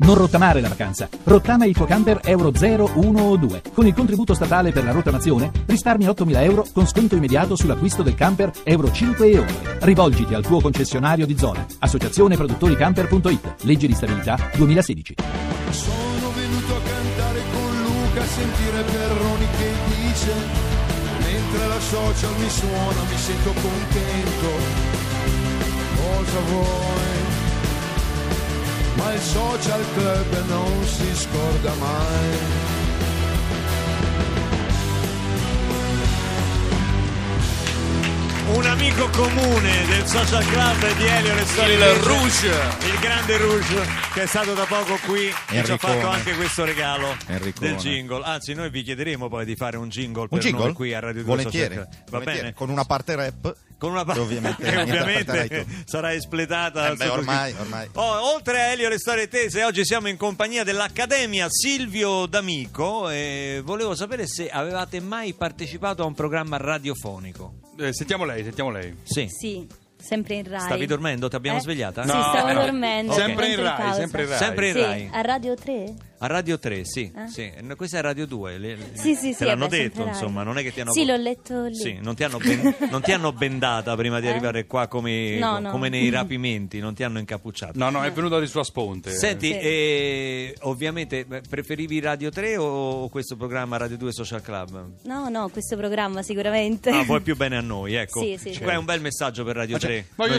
Non rottamare la vacanza. Rottama il tuo camper Euro 0, 1 o 2. Con il contributo statale per la rottamazione risparmi 8.000 euro con sconto immediato sull'acquisto del camper Euro 5 e oltre. Rivolgiti al tuo concessionario di zona. Associazione Produttori Camper.it. Legge di stabilità 2016. Sono venuto a cantare con Luca, a sentire Perroni che dice: mentre la social mi suona mi sento contento. Cosa vuoi? Ma il social club non si scorda mai. Un amico comune del social club di Elio Le Storie, il Rouge, il grande Rouge, che è stato da poco qui e ci ha fatto anche questo regalo del jingle. Anzi, noi vi chiederemo poi di fare un jingle per noi qui a Radio 2 volentieri, Social Club. Va volentieri. Bene? Con una parte rap. Con una parte ovviamente, ovviamente sarà espletata. Ormai. Oltre a Elio Le Storie Tese, oggi siamo in compagnia dell'Accademia Silvio D'Amico e volevo sapere se avevate mai partecipato a un programma radiofonico. Sentiamo lei. Sì, sempre in Rai. Stavi dormendo? Ti abbiamo svegliata? Sì, stavo dormendo. Sempre in Rai. Sempre in Rai. A Radio 3? A Radio 3, sì. Questa è Radio 2. Sì, te l'hanno vabbè, detto, insomma, non è che ti hanno... Sì, l'ho letto lì. Sì, non ti hanno bendata prima di arrivare qua come nei rapimenti, non ti hanno incappucciato. No, è venuto di sua sponte. Senti, ovviamente preferivi Radio 3 o questo programma Radio 2 Social Club? No, questo programma sicuramente. Vuoi più bene a noi, ecco. Sì. Qua è un bel messaggio per Radio 3. Voglio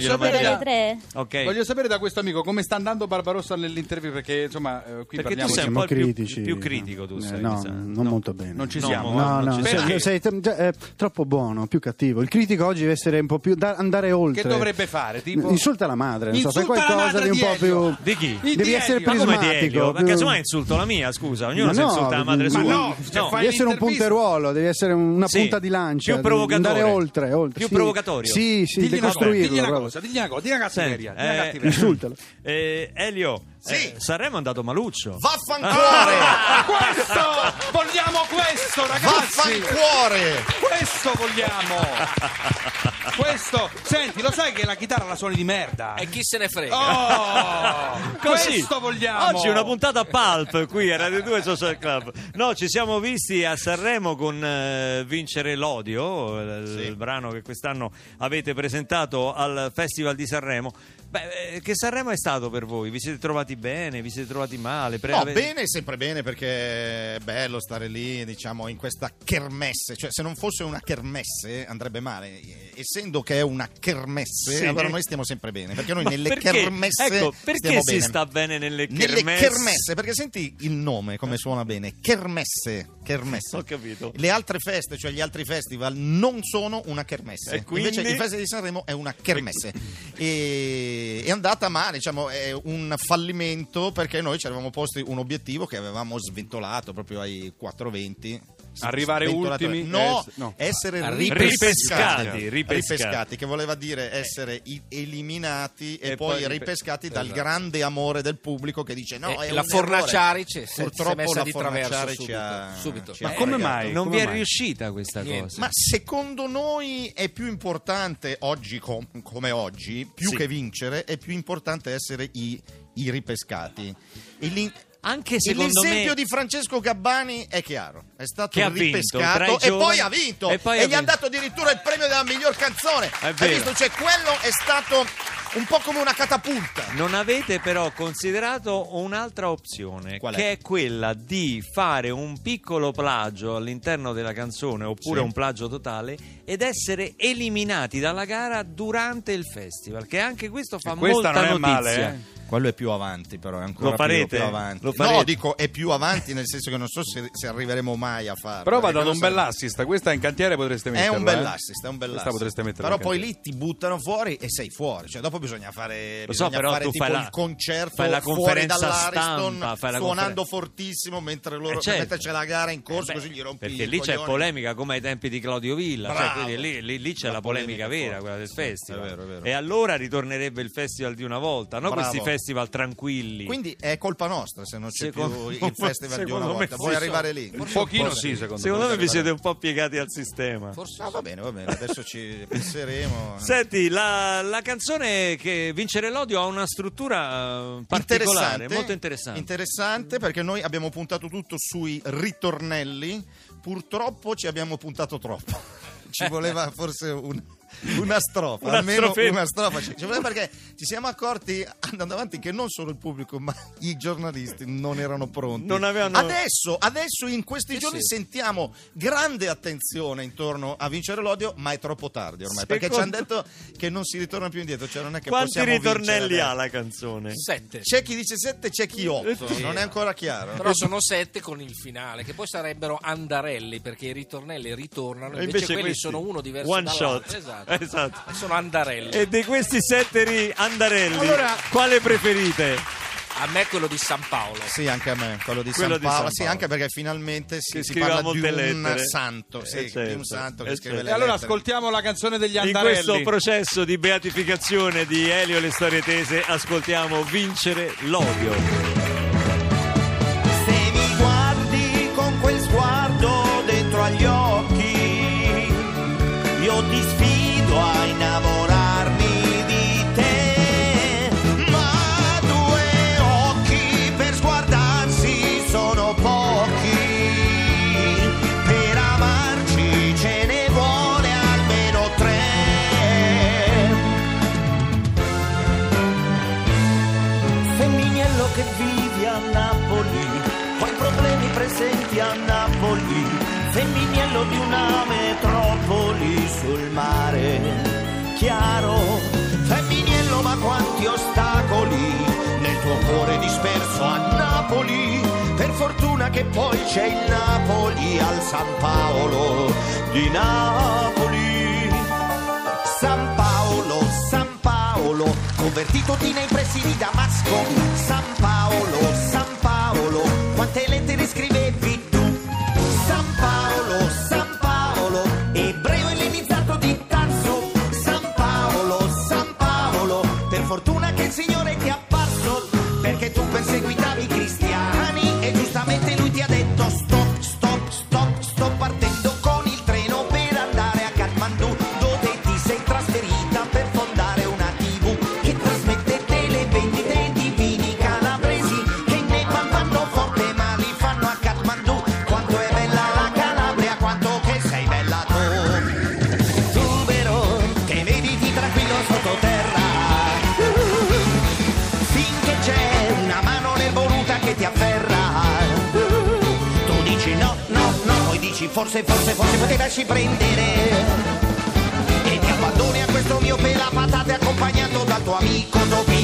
sapere da questo amico come sta andando Barbarossa nell'interview, perché insomma qui perché parliamo tu sei un po' critici. più critico, tu sei. Non molto bene. Non ci siamo. Sei troppo buono, più cattivo. Il critico oggi deve essere un po' più andare oltre. Che dovrebbe fare? Tipo? Insulta la madre, non so, fai qualcosa di un po' più. Di chi? Devi essere Ma come di Elio? prismatico. Ma casomai insulto la mia, scusa, ognuno si insulta la madre sua. No, devi essere un punteruolo, devi essere una punta di lancia, più provocatore, andare oltre. Più provocatorio. Sì, digli una cosa, digli una cattiveria. Insultalo. Elio, Sanremo è andato maluccio. Vaffancuore! Questo! Vogliamo questo, ragazzi! Vaffancuore! Questo vogliamo! Questo! Senti, lo sai che la chitarra la suoni di merda? E chi se ne frega? Oh! Questo vogliamo! Oggi una puntata pulp qui a Radio 2 Social Club. No, ci siamo visti a Sanremo con Vincere l'odio, il brano che quest'anno avete presentato al Festival di Sanremo. Beh, che Sanremo è stato per voi? Vi siete trovati bene? Vi siete trovati male? Bene, sempre bene, perché è bello stare lì, diciamo, in questa kermesse. Cioè, se non fosse una kermesse andrebbe male. Essendo che è una kermesse, allora noi stiamo sempre bene, perché noi nelle kermesse perché si sta bene nelle kermesse? Nelle kermesse, perché senti il nome come suona bene, kermesse. Ho capito. Le altre feste, cioè gli altri festival, non sono una kermesse. Quindi... Invece il Festival di Sanremo è una kermesse. È andata male, diciamo, è un fallimento, perché noi ci avevamo posti un obiettivo che avevamo sventolato proprio ai 4:20. Arrivare ultimi? Essere ripescati, che voleva dire essere eliminati e poi ripescati dal grande amore del pubblico che dice no, è la Fornaciari purtroppo la di Fornaciari subito. Ma come mai? Non vi è riuscita questa cosa? Ma secondo noi è più importante oggi come oggi, più che vincere, è più importante essere i ripescati. Anche secondo l'esempio di Francesco Gabbani è chiaro, è stato che ripescato e poi ha vinto e gli ha dato addirittura il premio della miglior canzone. Hai visto? Cioè quello è stato un po' come una catapulta. Non avete però considerato un'altra opzione, che è quella di fare un piccolo plagio all'interno della canzone, oppure un plagio totale, ed essere eliminati dalla gara durante il festival, che anche questo fa molta notizia. Male, Quello è più avanti, però è ancora lo farete? più avanti. Lo farete? No, dico è più avanti, nel senso che non so se arriveremo mai a farlo. Però vado ad un bell'assist, questa in cantiere potreste metterla. È un bell'assist, è un bell'assist. Potreste metterla. Però poi lì ti buttano fuori e sei fuori, cioè dopo bisogna fare però tu tipo fai il concerto fai la fuori conferenza dall'Ariston, stampa, suonando fortissimo mentre mentre c'è la gara in corso, così gli rompi perché lì c'è polemica come ai tempi di Claudio Villa. Cioè, quindi lì c'è la polemica vera, quella del festival. È vero. E allora ritornerebbe il festival di una volta, no? Questi festival festival tranquilli. Quindi è colpa nostra se non c'è Secondo- più il festival di una secondo me volta. Vuoi sì. arrivare lì? Un pochino sì, Secondo me vi siete un po' piegati al sistema. Forse Ah, va bene, adesso ci penseremo. Senti, la canzone che Vincere l'odio ha una struttura particolare, molto interessante. Interessante perché noi abbiamo puntato tutto sui ritornelli, purtroppo ci abbiamo puntato troppo. Ci voleva forse una strofa, Una almeno strofetta. una strofa. Ci voleva, perché ci siamo accorti andando avanti che non solo il pubblico ma i giornalisti non erano pronti. Non avevano- Adesso in questi giorni sentiamo grande attenzione intorno a Vincere l'odio, ma è troppo tardi ormai, perché ci hanno detto che non si ritorna più indietro, cioè non è che Quanti possiamo ritornelli vincere ha adesso. la canzone? 7. C'è chi dice 7, c'è chi 8, non è ancora chiaro. Però sono 7 con il finale, che poi sarebbero andarelli, perché i ritornelli ritornano, E invece quelli questi, sono uno diverso one dall'altro. shot. Esatto. Sono andarelli. E di questi 7 andarelli, Allora- quale preferite? A me quello di San Paolo. Sì, anche a me, quello di Quello San di Paolo. San Sì, Paolo. anche perché finalmente Che si scriveva parla di molte un lettere. santo, sì, certo, di un santo che eh scrive certo. le E allora lettere. ascoltiamo la canzone degli In Andarelli. questo processo di beatificazione di Elio e le storie tese ascoltiamo Vincere l'odio. Se mi guardi con quel sguardo dentro agli occhi, io ti sfido a innamorarmi di te. Ma 2 occhi per sguardarsi sono pochi, per amarci ce ne vuole almeno 3. Femminiello che vivi a Napoli, poi problemi presenti a Napoli, femminiello di una metropoli sul mare chiaro, femminiello ma quanti ostacoli nel tuo cuore disperso a Napoli, per fortuna che poi c'è il Napoli al San Paolo di Napoli. San Paolo, convertitoti nei pressi di Damasco. San Paolo, quante lettere scrivevi tu? San Paolo, ebreo ellenizzato di Tarso. San Paolo, per fortuna che il Signore ti è apparso, perché tu perseguitavi i cristiani e giustamente lui ti ha detto stop partendo con il treno per andare a Kathmandu, dove ti sei trasferita per fondare una TV che trasmette le vendite di vini calabresi, che in Nepal vanno forte ma li fanno a Kathmandu. Quanto è bella la Calabria, quanto che sei bella tu vero che mediti tranquillo sottoterra, finché c'è una mano nel voluta che ti afferra. Tu dici no, poi dici forse potete darci prendere, e ti abbandoni a questo mio pela patate accompagnato dal tuo amico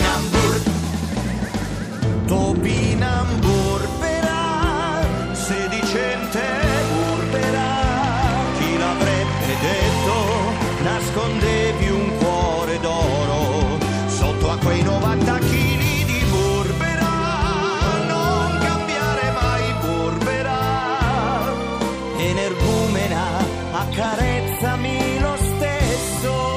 Topinambur, berà, sedicente burberà, chi l'avrebbe detto, nascondevi un cuore d'oro sotto a quei 90 chili di burberà, non cambiare mai burberà, energumena, accarezzami lo stesso.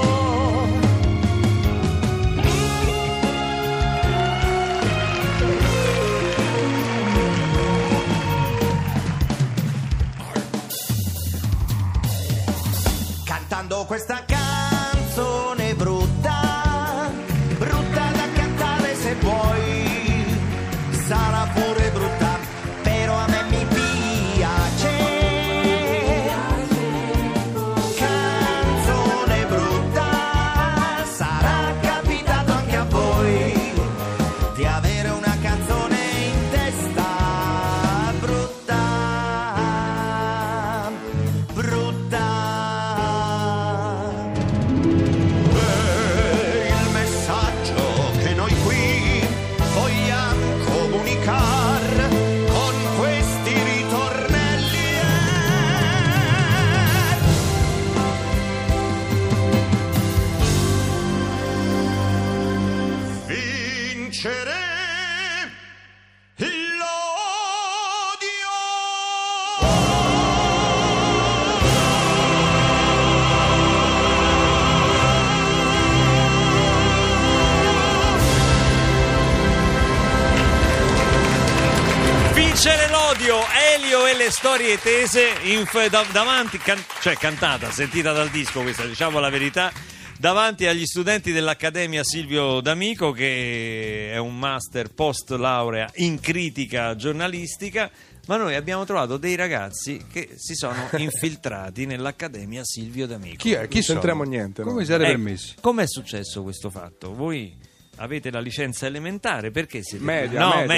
Vincere l'odio, Elio e le storie tese davanti, cioè cantata, sentita dal disco questa, diciamo la verità, davanti agli studenti dell'Accademia Silvio D'Amico, che è un master post laurea in critica giornalistica. Ma noi abbiamo trovato dei ragazzi che si sono infiltrati nell'Accademia Silvio D'Amico. Chi è? Chi Non c'entriamo niente. Come sarebbe permesso? Com'è successo questo fatto? Voi avete la licenza elementare, perché siete Media.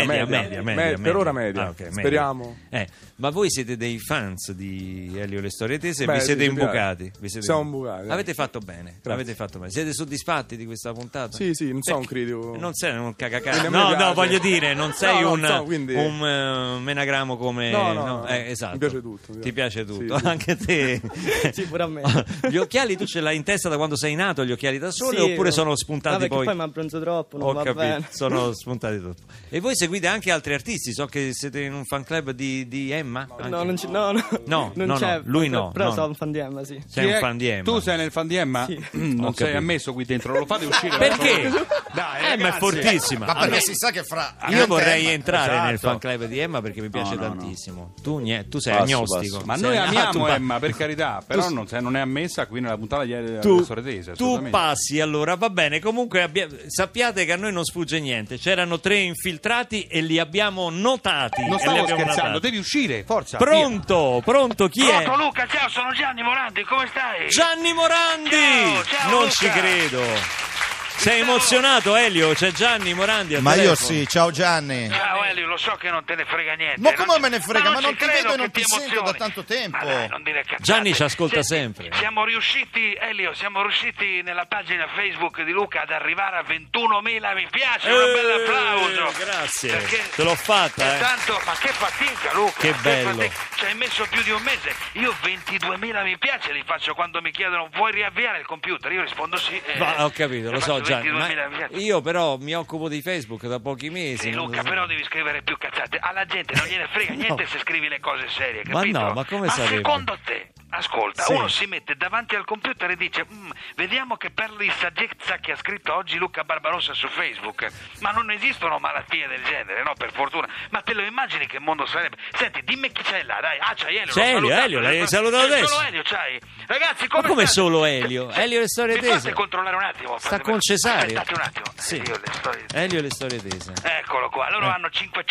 Per ora media. Okay, speriamo. Ma voi siete dei fans di Elio e le storie tese? Beh, vi siete sì, imbucati? Siamo imbucati. Avete fatto bene. Siete soddisfatti di questa puntata? Sì, non sono un critico. Non sei un cagacazzo. No, voglio dire, non sei un menagramo come. No. Esatto. Mi piace tutto. Ti piace tutto, Sì. anche te. Sì, pure a me. Gli occhiali tu ce l'hai in testa da quando sei nato, gli occhiali da sole, oppure sono spuntati poi mi abbronzo troppo, non Ho va capito, bene. sono spuntati troppo. E voi seguite anche altri artisti? So che siete in un fan club di Emma? No, non c'è. Lui no. Però sono un fan di Emma, sì. Sei un fan di Emma? Tu sei nel fan di Emma? Sì. Non sei ammesso qui dentro, lo fate uscire. Perché? Dai, Emma è fortissima. Ma perché si sa che fra Io vorrei Emma, entrare nel esatto. fan club di Emma perché mi piace tantissimo. Tu sei Passo, agnostico. passo. Ma Sei- noi amiamo tu- Emma, per carità, però non è ammessa qui nella puntata di Tu storie tese, tu assolutamente. passi, allora va bene. Comunque sappiate che a noi non sfugge niente. C'erano 3 infiltrati e li abbiamo notati. Non E li stavo abbiamo scherzando, notati. devi uscire, forza. Pronto, chi è? Pronto Luca, ciao, sono Gianni Morandi, come stai? Gianni Morandi! Ciao, Non Luca. ci credo. Sei emozionato, Elio? C'è Gianni Morandi al Ma io telefono. sì, ciao Gianni. Ciao Elio, lo so che non te ne frega niente. Ma come me ne frega? Ma non ci ti credo vedo e che non ti sento emozioni. da tanto tempo. Ma dai, non dire cazzate. Gianni ci ascolta Senti, sempre. Siamo riusciti nella pagina Facebook di Luca ad arrivare a 21.000 mi piace, un bel applauso. Grazie, Perché te l'ho fatta, Tanto, ma che fatica Luca. Che bello. fatica. Ci hai messo più di un mese. Io 22.000 mi piace li faccio quando mi chiedono vuoi riavviare il computer? Io rispondo sì. Ho capito, lo so Gianni. Ma 22.000 mi piace. io però mi occupo di Facebook da pochi mesi. Sì, Luca, però devi scrivere più cazzate. Alla gente non gliene frega niente se scrivi le cose serie, Ma capito? no, ma come sarebbe? Secondo te, ascolta, Sì. uno si mette davanti al computer e dice vediamo che perle di saggezza che ha scritto oggi Luca Barbarossa su Facebook. Ma non esistono malattie del genere, no? Per fortuna. Ma te lo immagini che mondo sarebbe? Senti, dimmi chi c'è là, dai. C'hai Elio. C'è l'ho salutato. Elio, l'hai salutato adesso? Solo Elio c'hai. Ragazzi, Ma come come state? solo Elio? Elio e le storie Mi tese. fate controllare un attimo? Sta con Cesario. Aspettate un attimo. Sì. Io le storie Elio e le storie tese. Eccolo qua, loro hanno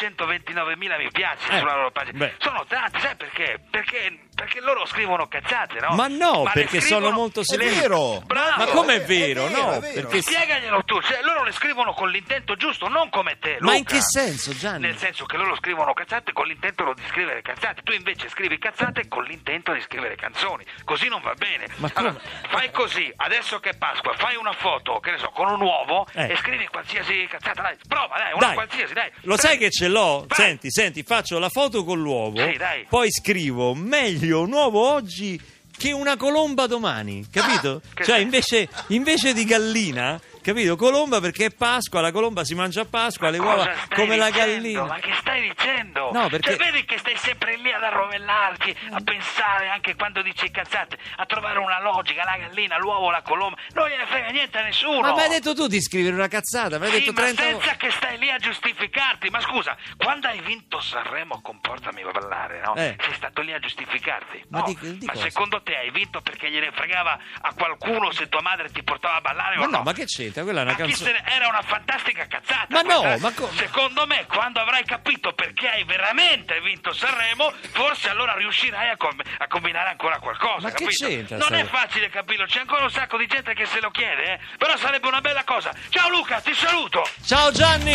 529.000 mi piace sulla loro pagina. Beh. Sono tanti, sai perché? Perché loro scrivono cazzate, no? Ma no, le perché scrivono- sono molto È seguiti. vero. Bravo. Ma com'è vero? No, è vero. perché Spiegaglielo tu, cioè loro le scrivono con l'intento giusto, non come te, Ma Luca. in che senso, Gianni? Nel senso che loro scrivono cazzate con l'intento di scrivere cazzate, tu invece scrivi cazzate con l'intento di scrivere canzoni, così non va bene. Ma allora, fai così, adesso che è Pasqua, fai una foto, che ne so, con un uovo e scrivi qualsiasi cazzata, dai, prova, dai, una Dai, qualsiasi, dai. Lo sai che ce l'ho? Vai. Senti, faccio la foto con l'uovo, Sì, dai. poi scrivo meglio un uovo oggi che una colomba domani, capito? che Cioè senso? invece di gallina, capito? Colomba perché è Pasqua, la colomba si mangia a Pasqua, le uova Cosa stai come la dicendo? gallina. Ma che stai dicendo? No, perché- Cioè, vedi che stai sempre lì ad arrovellarti, a pensare anche quando dici cazzate, a trovare una logica, la gallina, l'uovo, la colomba. Non gliene frega niente a nessuno. Ma mi hai detto tu di scrivere una cazzata, mi hai Sì, detto ma 30 senza che stai lì a giustificarti. Ma scusa, quando hai vinto Sanremo con Portami a ballare, no? Sei stato lì a giustificarti. Ma No. di Ma cosa? secondo te hai vinto perché gliene fregava a qualcuno se tua madre ti portava a ballare Ma o no, no? ma che c'entra? Quella è una Ma chi canzone. se ne- Era una fantastica cazzata. Ma no, questa. ma come? Secondo me, quando avrai capito perché hai veramente vinto Sanremo, forse allora riuscirai a combinare ancora qualcosa. Ma che capito? c'entra, Non è Sanremo? facile capirlo, c'è ancora un sacco di gente che se lo chiede, però sarebbe una bella cosa. Ciao Luca, ti saluto. Ciao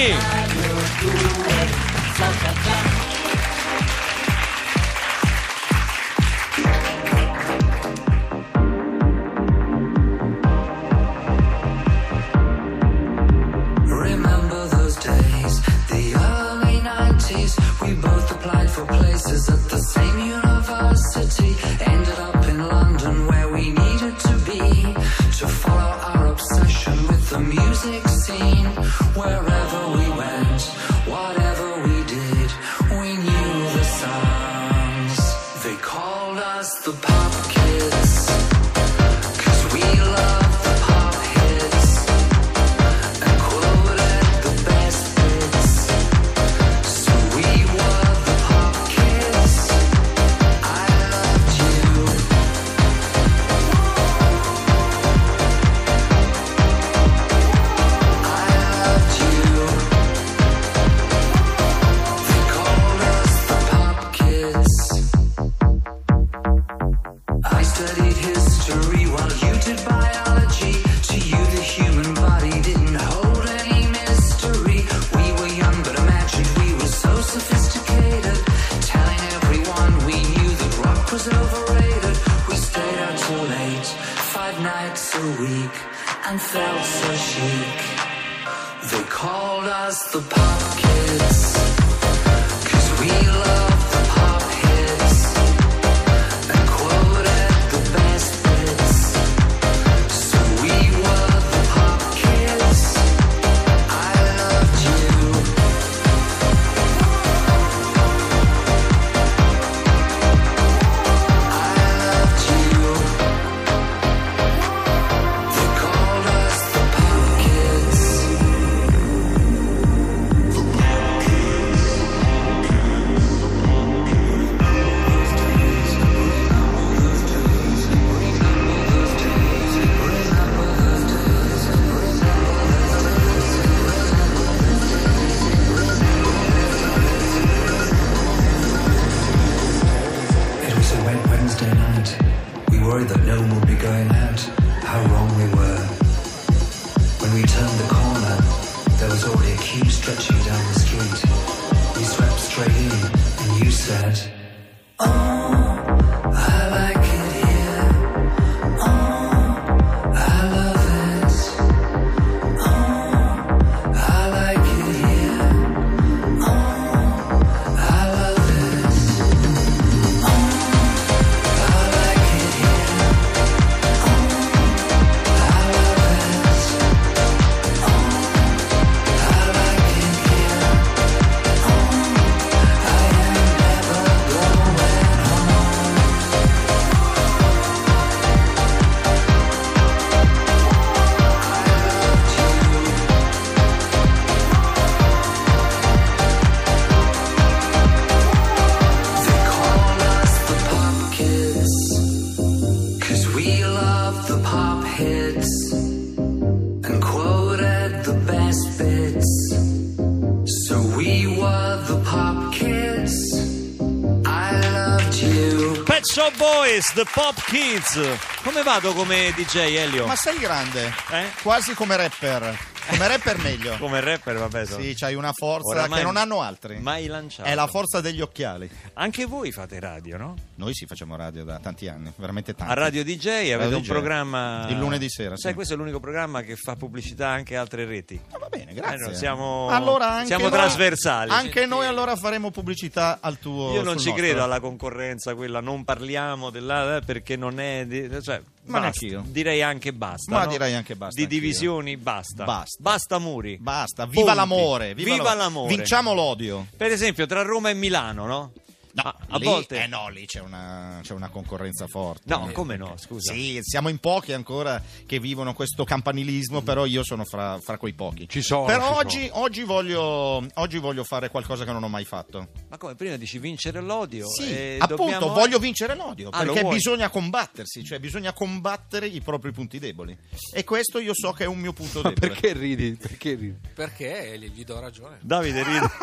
Gianni! Remember those days, the early 90s. We both applied for places at the same university. Ended up in London where we needed to be to follow our obsession with the music scene. Wherever we went, whatever we did, we knew the songs. They called us the pop kids, 'cause we loved the pop hits and quoted the best bits. So we were so weak and felt so chic. They called us the pop kids, 'cause we love the pop hits and quoted the best bits. So we were the pop kids. I loved you. I loved you. They called us the pop kids. It was a wet Wednesday night. We worried that no one would be going out. How wrong we were. When we turned the corner, there was already a queue stretching down the street. We swept straight in, and you said, "Oh, I like it here. Oh, I love it. Oh, I like it here. Oh, I love it. Pet Shop Boys, The Pop Kids. Come vado come DJ, Elio? Ma sei grande, quasi come rapper. Come rapper meglio. Come rapper, vabbè. Sì, c'hai una forza Oramai che non hanno altri. Mai lanciato. È la forza degli occhiali. Anche voi fate radio, no? Noi sì facciamo radio da tanti anni, veramente tanti. A Radio DJ avete Radio un DJ. programma Il lunedì sera, Sai, sì. questo è l'unico programma che fa pubblicità anche a altre reti. Va bene, grazie. Noi siamo Allora, anche siamo noi- trasversali. Anche noi allora faremo pubblicità al tuo. Io non sul ci nostro. credo alla concorrenza, quella non parliamo della perché non è cioè, Ma basta. neanch'io. Direi anche basta. Ma no? direi anche basta. Di anch'io. divisioni basta. Basta. Basta muri. Basta, viva Ponti. l'amore. Viva l'amore. Vinciamo l'odio. Per esempio tra Roma e Milano, no? No, a lì, volte no, lì c'è una concorrenza forte. No, come no, scusa. Sì, siamo in pochi ancora che vivono questo campanilismo, però io sono fra quei pochi. Ci sono. Però ci oggi voglio fare qualcosa che non ho mai fatto. Ma come prima dici vincere l'odio? Sì, e appunto, dobbiamo- voglio vincere l'odio, Ah, lo perché vuoi? bisogna combattersi, cioè bisogna combattere i propri punti deboli. E quesso io so che è un mio punto Ma debole. perché ridi? Perché ridi? Perché gli do ragione. Davide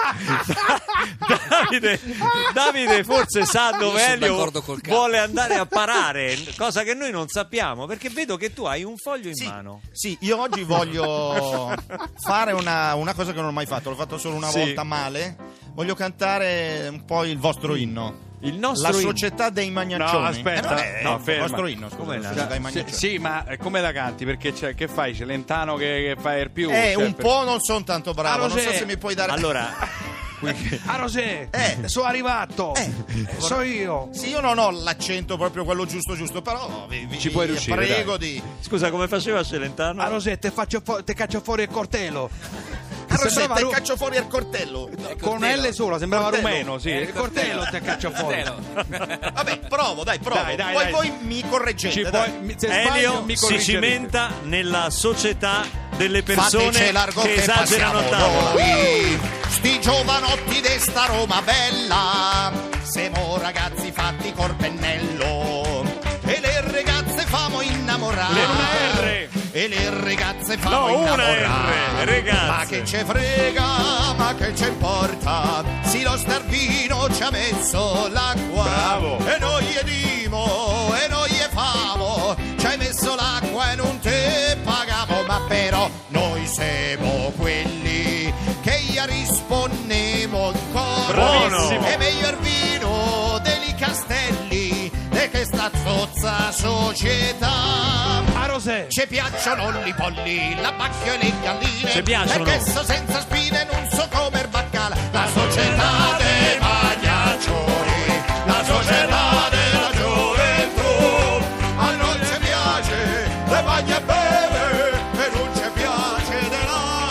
ride. Davide forse sa dove Io sono Elio d'accordo col capo. vuole andare a parare, cosa che noi non sappiamo, perché vedo che tu hai un foglio in mano. Sì, io oggi voglio fare una cosa che non ho mai fatto, l'ho fatto solo una Sì. volta male. Voglio cantare un po' il vostro inno. Il nostro La inno. società dei magnaccioni. No, aspetta. non è No, il ferma. vostro inno, scusa, Com'è la la- società dei Sì, magnaccioni. sì, ma come la canti? Perché che fai? Celentano che fa il più? Cioè, Un po' non sono tanto bravo, Ah, non so Rosè. se mi puoi dare. Allora, Ah, Rosè, sono arrivato. So io. Sì, io non ho l'accento proprio quello giusto, però Ci puoi riuscire, prego dai. di. scusa, come faceva Celentano? Ah, Rosè, te caccio fuori il coltello. Ah, Rosetta, Sembrava e caccio fuori il coltello. Con L sola, sembrava Coltello. rumeno, sì. Il coltello te caccio fuori. Vabbè, provo. Dai, dai, Poi dai. voi mi correggete. Ci dai. puoi, se sbaglio, Elio mi si corrigerete. cimenta nella società delle persone Fateci largo che esagerano a passiamo tavola. noi, sti giovanotti de sta Roma bella, siamo ragazzi fatti col pennello e le ragazze famo innamorare. Una R. E le ragazze famo No, una innamorare. R, ragazze. Ma che ce frega, ma che ce importa, sì lo starvino ci ha messo l'acqua. Bravo. E noi gli dimo, e noi gli famo, ci hai messo l'acqua e non te pagavo, ma però noi siamo quelli che gli rispondemo ancora. Bravissimo. E meglio il vino dei castelli, e che sta zozza società. Ah, Rosè. Ci piacciono i polli, la bacchio e le galline. Ci piacciono. Perché so senza spine non so come il baccala. La società dei magnaccioni, la società della gioventù. A noi ci piace le magna bene e non ci piace di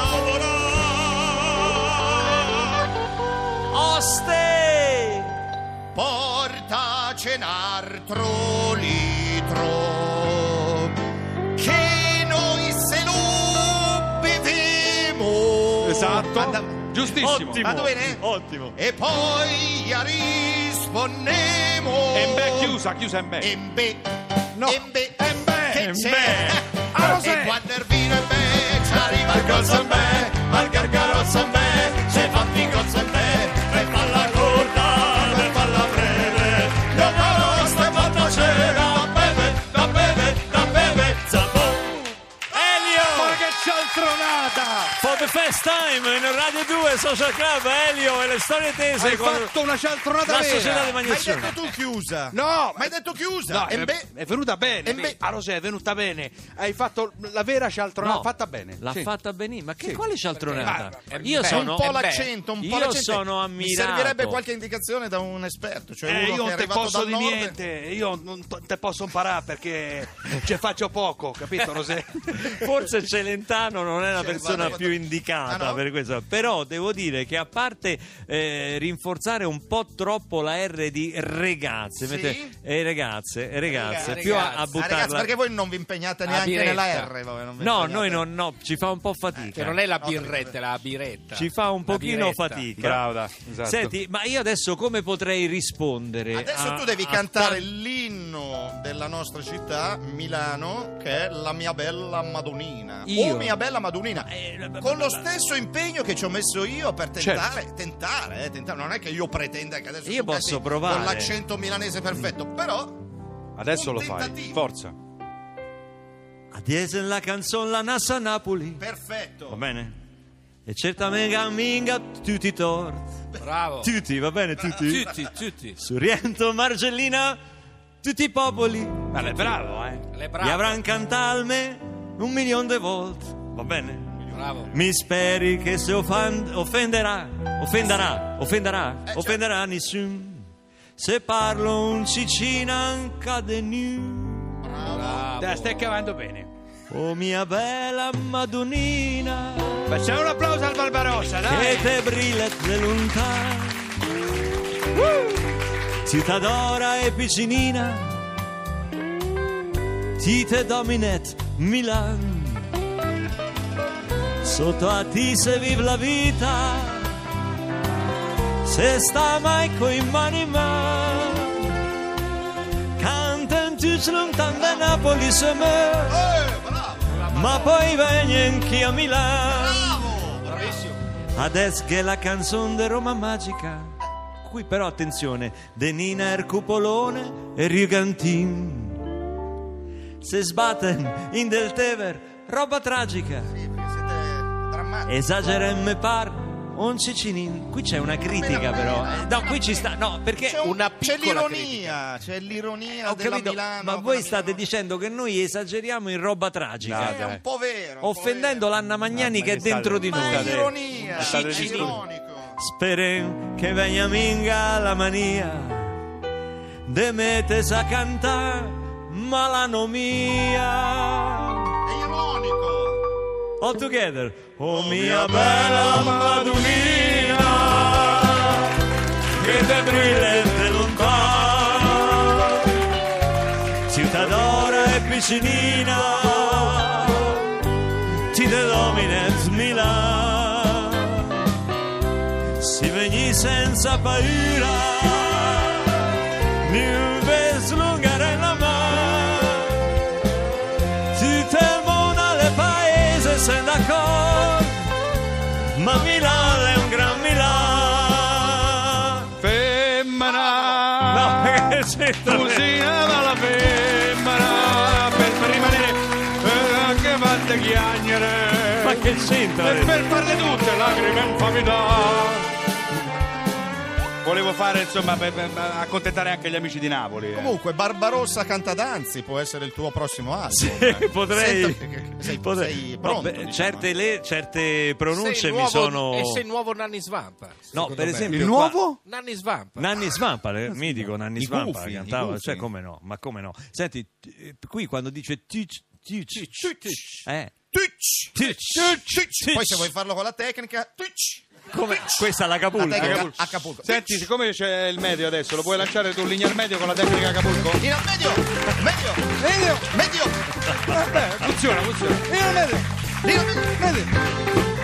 lavorare. Oste! Portaci un altro litro che noi se lo beviamo. Esatto. Giustissimo. Ottimo. Vado bene? Ottimo. E poi rispondemo. Chiusa in be. No. Che c'è? Rosè. E quando il vino è be, ci arriva il Gozambè, al Gargarozambè, c'è fatti Gozambè, e fa la corta, e fa la breve, la nostra fatta cera, da beve, zappò. Elio! Ma che cialtronata! For the first time in Radio 2 Social Club, Elio e le storie tese Hai con fatto una cialtronata la vera. società di Ma hai Magnazione. detto tu chiusa? No, Ma hai detto chiusa? No, E è venuta bene. beh. A Rosè è venuta bene. Hai fatto la vera cialtronata. No, fatta bene. L'ha Sì. fatta benissimo. Ma che Sì. quale cialtronata? Perché- Io beh, sono un po' l'accento, un po' Io l'accento. sono Mi ammirato. servirebbe qualche indicazione da un esperto, cioè uno Io che è non te arrivato posso dal di nord. niente, io non te posso imparare perché ci faccio poco, capito Rosè? Forse Celentano non è la Cioè, persona vado- più indicata Ah, no? per questo, però devo dire che a parte rinforzare un po' troppo la R di ragazze, Sì? ragazze, Ragazze. più a Ah, buttarla. ragazzi, perché voi non vi impegnate neanche birretta. nella R? Voi non vi No, impegnate. noi no, ci fa un po' fatica. Che non è la birretta, è la biretta. Ci fa un La pochino biretta. fatica. Brava, esatto. Senti, ma io adesso come potrei rispondere? Adesso tu devi cantare l'inno della nostra città, Milano, che è La mia bella Madonnina. Io? Oh mia bella Madonnina. Con lo stesso impegno che ci ho messo io per tentare, tentare. Non è che io pretenda che adesso Io tu canti posso provare. con l'accento milanese perfetto, però Adesso un lo fai. tentativo. Forza. A diesel la canzone La Nassa Napoli. Perfetto. Va bene? E certamente minga tutti torti. Bravo. Tutti, va bene, tutti. Tutti. Sorrento, Margellina, tutti i popoli. Ma lei è bravo, Le Gli bravo. avranno cantarme 1 milione di volte. Va bene? Bravo. Mi speri che se offenderà nessuno. Se parlo un cicina cade nu. Te la stai cavando bene. Oh mia bella Madonnina, Facciamo un applauso al Barbarossa, che dai. te brilla de lontano. Ti t'adora e piccinina, ti te dominet Milan. Sotto a ti se vive la vita, se sta mai coi mani in mano. Canta in tutti lontano da Napoli se me, ma poi vieni anche a Milano. Bravissimo. Adesso che la canzone di Roma Magica, qui però attenzione, de Nina Ercupolone e Rigantin se sbatten in del Tever, roba tragica. Sì, perché siete drammatici. Esageremme par un cicinin. Qui c'è una critica però. No, qui ci sta. No, perché C'è una c'è piccola l'ironia, c'è l'ironia ho della capito, Milano. ma voi state dicendo che noi esageriamo in roba tragica, È un po' vero. un po' offendendo vero. l'Anna Magnani No, che è ma che dentro state- di Ma noi. è ironia, State è dicendo- ironico. Speren che venga minga la mania de metes a cantare malano mia. È ironico. All together. Oh mia bella Madonnina, che te brilla de lontano, cittadora e piccinina, ti te dominet Milan. Si veni senza paura, mi ves lungare la mano, ti temo alle paese sei d'accordo, ma Milano è un gran Milano. Femmina. No, che c'entra? Cosina dalla femmina per rimanere anche fatte chiagnere. Ma che c'entra? E per farle tutte lacrime in famiglia. volevo fare, insomma, per accontentare anche gli amici di Napoli. Comunque, Barbarossa canta Danzi può essere il tuo prossimo album. Sì, potrei. Sei pronto, diciamo. Certe pronunce sei mi nuovo, sono. E sei il nuovo Nanni Svampa. No, per esempio. Il nuovo? Nanni Svampa. Nanni Svampa, mitico Nanni Svampa gufi, cantava, i gufi. cioè come no, ma come no. Senti, qui quando dice Poi se vuoi farlo con la tecnica, come questa l'Acapulco. Acapulco. Senti, siccome c'è il medio adesso, lo puoi lanciare tu linea al medio con la tecnica Acapulco? In al medio. Vabbè, funziona. In al medio.